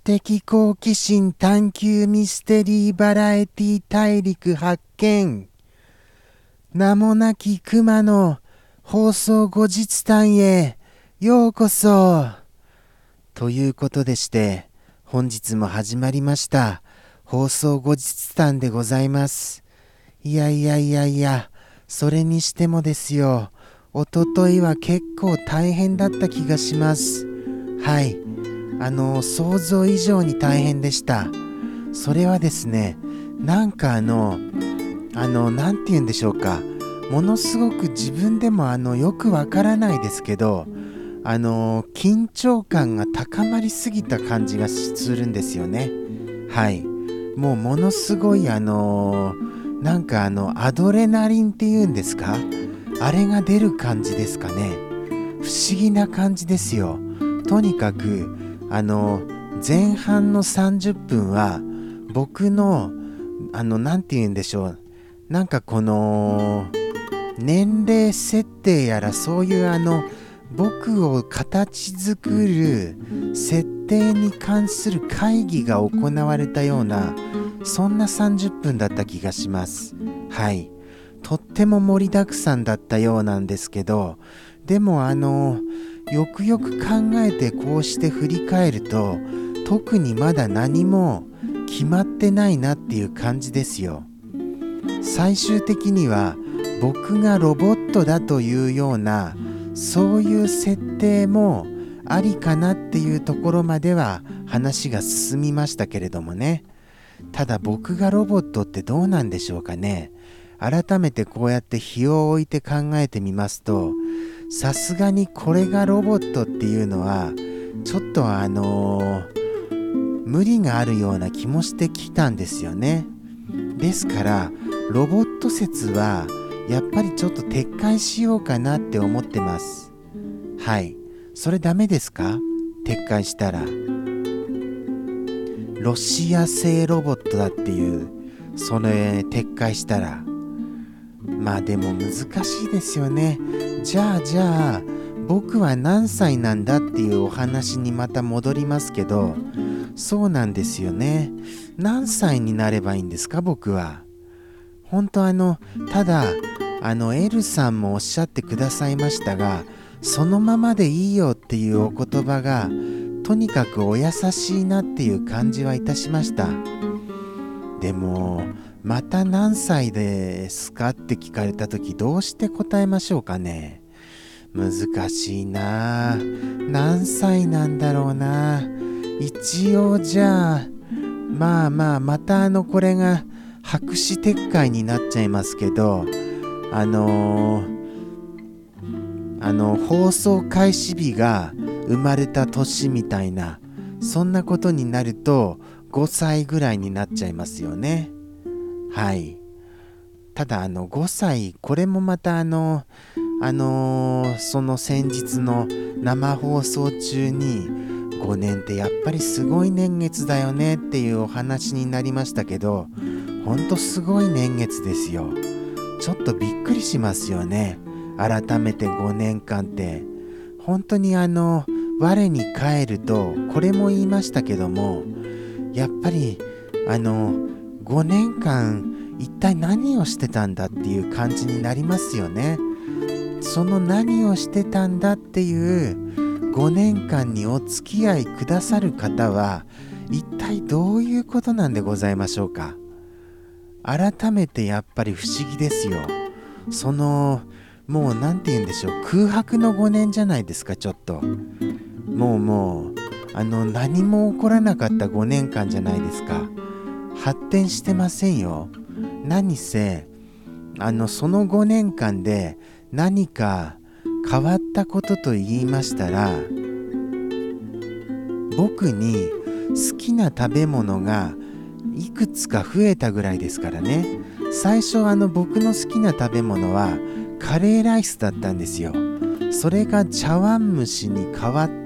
的好奇心探求ミステリーバラエティ大陸発見。名もなき熊の放送後日談へようこそ。ということでして本日も始まりました放送後日談でございます。いや、それにしてもですよ、おとといは結構大変だった気がします。はい、想像以上に大変でした。それはですね、なんて言うんでしょうか、ものすごく自分でもよくわからないですけど、緊張感が高まりすぎた感じがするんですよね。はい、もうものすごいアドレナリンっていうんですか、あれが出る感じですかね。不思議な感じですよ。とにかく前半の30分は僕のなんて言うんでしょう、この年齢設定やらそういう僕を形作る設定に関する会議が行われたような、そんな30分だった気がします。はい、とっても盛りだくさんだったようなんですけど、でもよくよく考えてこうして振り返ると、特にまだ何も決まってないなっていう感じですよ。最終的には僕がロボットだというような、そういう設定もありかなっていうところまでは話が進みましたけれどもね。ただ僕がロボットってどうなんでしょうかね。改めてこうやって日を置いて考えてみますと、さすがにこれがロボットっていうのはちょっと無理があるような気もしてきたんですよね。ですからロボット説はやっぱりちょっと撤回しようかなって思ってます。はい、それダメですか？撤回したらロシア製ロボットだっていう、それ撤回したら、まあでも難しいですよね。じゃあ僕は何歳なんだっていうお話にまた戻りますけど、そうなんですよね。何歳になればいいんですか、僕は。本当ただエルさんもおっしゃってくださいましたが、そのままでいいよっていうお言葉がとにかくお優しいなっていう感じはいたしました。でもまた何歳ですかって聞かれた時、どうして答えましょうかね。難しいな。何歳なんだろうな。一応じゃあまたこれが白紙撤回になっちゃいますけど、放送開始日が生まれた年みたいな、そんなことになると5歳ぐらいになっちゃいますよね。はい。ただ5歳、これもまたその先日の生放送中に、5年ってやっぱりすごい年月だよねっていうお話になりましたけど、ほんとすごい年月ですよ。ちょっとびっくりしますよね。改めて5年間って本当に我に返ると、これも言いましたけども、やっぱり5年間一体何をしてたんだっていう感じになりますよね。その何をしてたんだっていう5年間にお付き合いくださる方は一体どういうことなんでございましょうか。改めてやっぱり不思議ですよ。もうなんて言うんでしょう、空白の5年じゃないですか。ちょっともう何も起こらなかった5年間じゃないですか。発展してませんよ。何せその5年間で何か変わったことと言いましたら、僕に好きな食べ物がいくつか増えたぐらいですからね。最初僕の好きな食べ物はカレーライスだったんですよ。それが茶碗蒸しに変わって、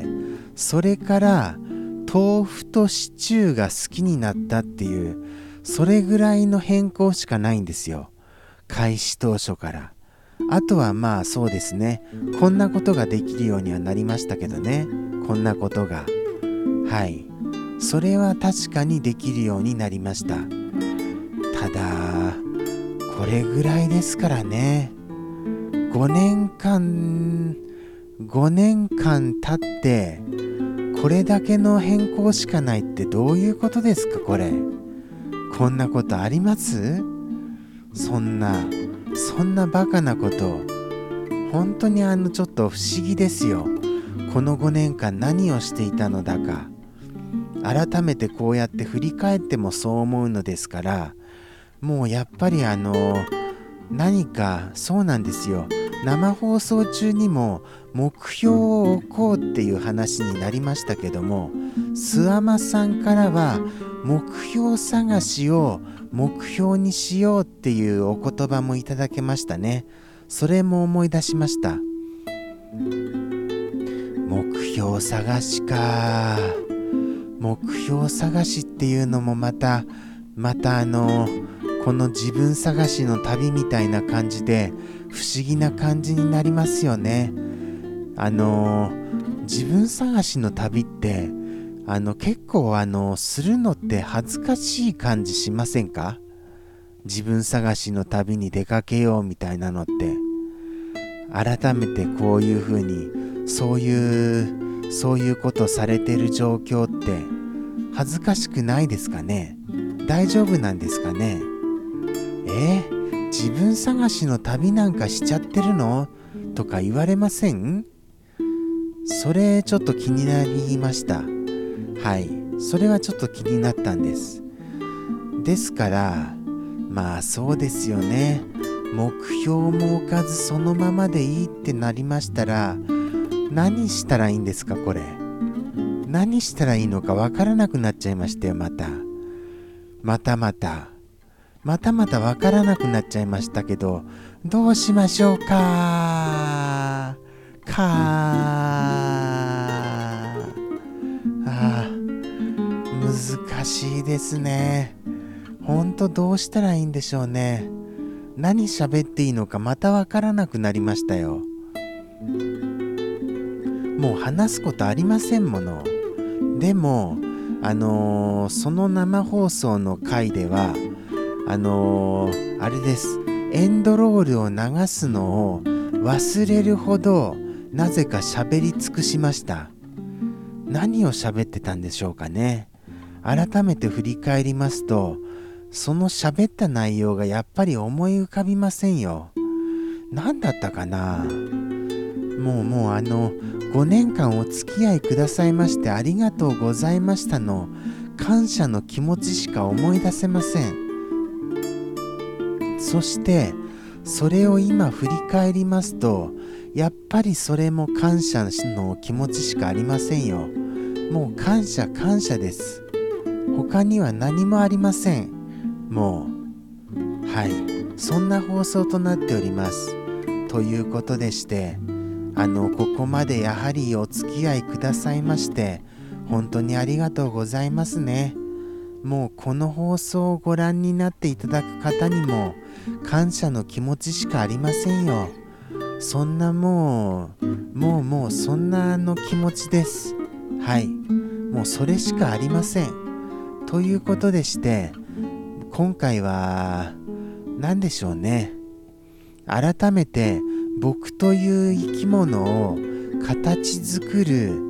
それから豆腐とシチューが好きになったっていう、それぐらいの変更しかないんですよ、開始当初から。あとはまあそうですね、こんなことができるようにはなりましたけどね。こんなことが、はい、 それは確かにできるようになりました。ただこれぐらいですからね。5年間経ってこれだけの変更しかないってどういうことですか？こんなことあります？そんなバカなこと、本当にちょっと不思議ですよ。この5年間何をしていたのだか、改めてこうやって振り返ってもそう思うのですから、もうやっぱり何かそうなんですよ。生放送中にも目標を置こうっていう話になりましたけども、スアマさんからは目標探しを目標にしようっていうお言葉もいただけましたね。それも思い出しました。目標探しか。目標探しっていうのもまたこの自分探しの旅みたいな感じで不思議な感じになりますよね。自分探しの旅って結構するのって恥ずかしい感じしませんか？自分探しの旅に出かけようみたいなのって、改めてこういう風にそういうことされてる状況って恥ずかしくないですかね？大丈夫なんですかね？自分探しの旅なんかしちゃってるの？とか言われません？それちょっと気になりました。はい、それはちょっと気になったんです。ですからまあそうですよね。目標も置かずそのままでいいってなりましたら、何したらいいんですか？これ何したらいいのかわからなくなっちゃいましたよ。またわからなくなっちゃいましたけど、どうしましょうか。難しいですね。ほんとどうしたらいいんでしょうね。何喋っていいのかまたわからなくなりましたよ。もう話すことありませんもの。でもその生放送の回ではあれです。エンドロールを流すのを忘れるほどなぜか喋り尽くしました。何を喋ってたんでしょうかね。改めて振り返りますと、その喋った内容がやっぱり思い浮かびませんよ。何だったかな。もう5年間お付き合いくださいましてありがとうございましたの感謝の気持ちしか思い出せません。そしてそれを今振り返りますと、やっぱりそれも感謝の気持ちしかありませんよ。もう感謝です。他には何もありません。もうはい、そんな放送となっております。ということでして、ここまでやはりお付き合いくださいまして本当にありがとうございますね。もうこの放送をご覧になっていただく方にも感謝の気持ちしかありませんよ。そんなもうそんな気持ちです。はい、もうそれしかありません。ということでして今回は何でしょうね。改めて僕という生き物を形作る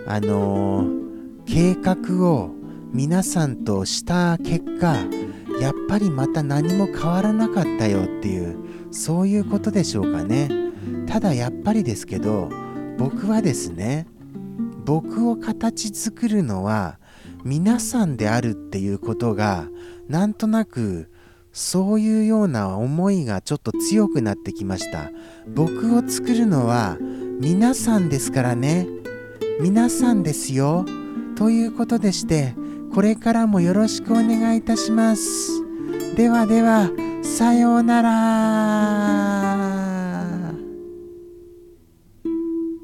計画を皆さんとした結果、やっぱりまた何も変わらなかったよっていう、そういうことでしょうかね。ただやっぱりですけど、僕はですね、僕を形作るのは皆さんであるっていうことがなんとなくそういうような思いがちょっと強くなってきました。僕を作るのは皆さんですからね。皆さんですよ。ということでしてこれからもよろしくお願いいたします。ではさようなら。